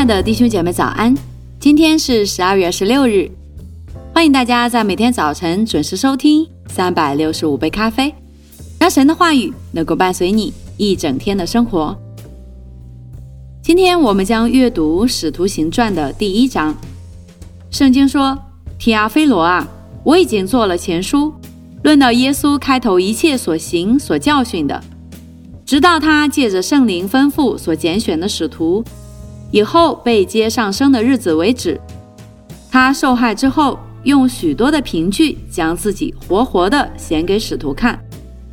的弟兄姐妹早安，今天是12月16日，欢迎大家在每天早晨准时收听365杯咖啡，让神的话语能够伴随你一整天的生活。今天我们将阅读使徒行传的第1章。圣经说，提阿非罗啊，我已经做了前书，论到耶稣开头一切所行所教训的，直到他借着圣灵吩咐所拣选的使徒，以后被接上升的日子为止。他受害之后，用许多的凭据将自己活活的显给使徒看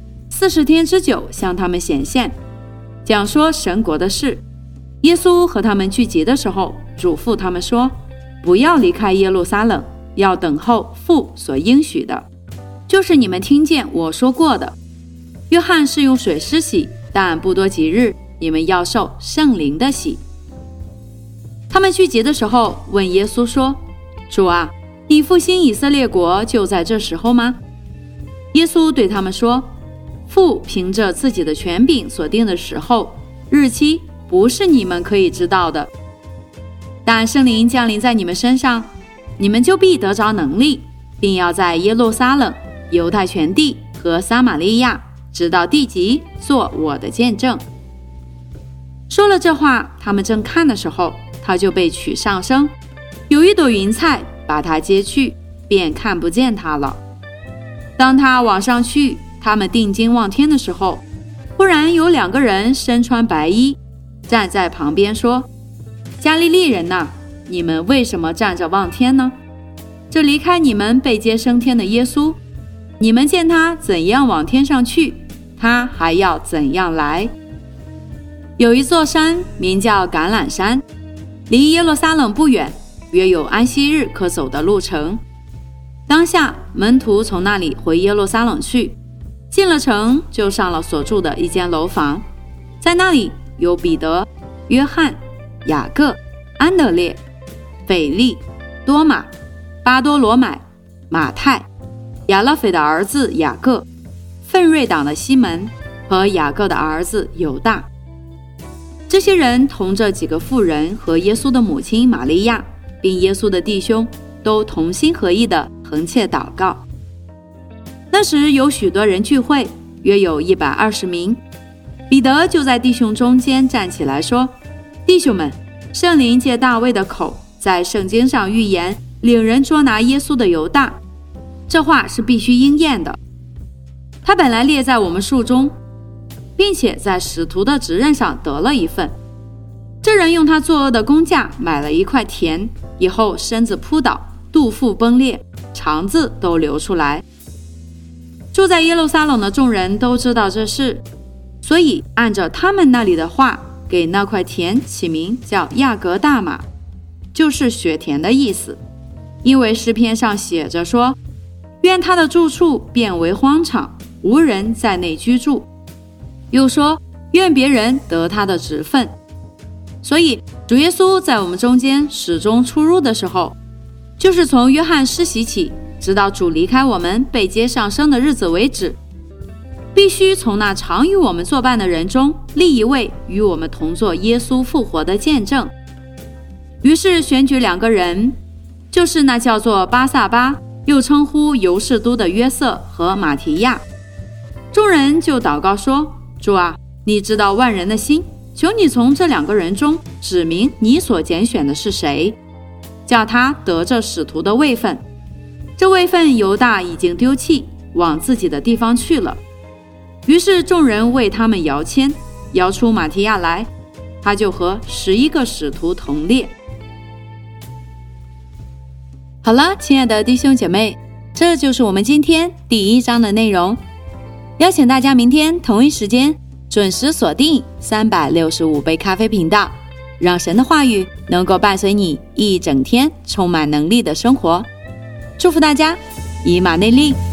，40天之久向他们显现，讲说神国的事。耶稣和他们聚集的时候，嘱咐他们说，不要离开耶路撒冷，要等候父所应许的，就是你们听见我说过的。约翰是用水施洗，但不多几日，你们要受圣灵的洗。他们聚集的时候问耶稣说，主啊，你复兴以色列国就在这时候吗？耶稣对他们说，父凭着自己的权柄所定的时候日期，不是你们可以知道的。但圣灵降临在你们身上，你们就必得着能力，并要在耶路撒冷、犹太全地和撒玛利亚直到地极做我的见证。说了这话，他们正看的时候，他就被取上升，有一朵云彩把他接去，便看不见他了。当他往上去，他们定睛望天的时候，忽然有2个人身穿白衣，站在旁边说，加利利人哪，你们为什么站着望天呢？这离开你们被接升天的耶稣，你们见他怎样往天上去，他还要怎样来。有一座山名叫橄榄山，离耶路撒冷不远，约有安息日可走的路程。当下门徒从那里回耶路撒冷去，进了城，就上了所住的一间楼房，在那里有彼得、约翰、雅各、安德烈、腓力、多马、巴多罗买、马太、亚勒腓的儿子雅各、奋锐党的西门和雅各的儿子犹大。这些人同着几个妇人和耶稣的母亲玛利亚，并耶稣的弟兄，都同心合意地恒切祷告。那时有许多人聚会，约有120名。彼得就在弟兄中间站起来说，弟兄们，圣灵借大卫的口在圣经上预言领人捉拿耶稣的犹大，这话是必须应验的。他本来列在我们数中，并且在使徒的职任上得了一份。这人用他作恶的工价买了一块田，以后身子扑倒，肚腹崩裂，肠子都流出来。住在耶路撒冷的众人都知道这事，所以按着他们那里的话，给那块田起名叫亚革大马，就是雪田的意思。因为诗篇上写着说，愿他的住处变为荒场，无人在内居住。又说，愿别人得他的职分。所以主耶稣在我们中间始终出入的时候，就是从约翰施洗起，直到主离开我们被接上升的日子为止，必须从那常与我们作伴的人中立一位与我们同作耶稣复活的见证。于是选举2个人，就是那叫做巴撒巴，又称呼犹士都的约瑟和马提亚。众人就祷告说，主啊，你知道万人的心，求你从这2个人中指明你所拣选的是谁，叫他得这使徒的位分。这位分犹大已经丢弃，往自己的地方去了。于是众人为他们摇签，摇出马提亚来，他就和11个使徒同列。好了，亲爱的弟兄姐妹，这就是我们今天第1章的内容。邀请大家明天同一时间准时锁定365杯咖啡频道，让神的话语能够伴随你一整天充满能力的生活。祝福大家，以马内利。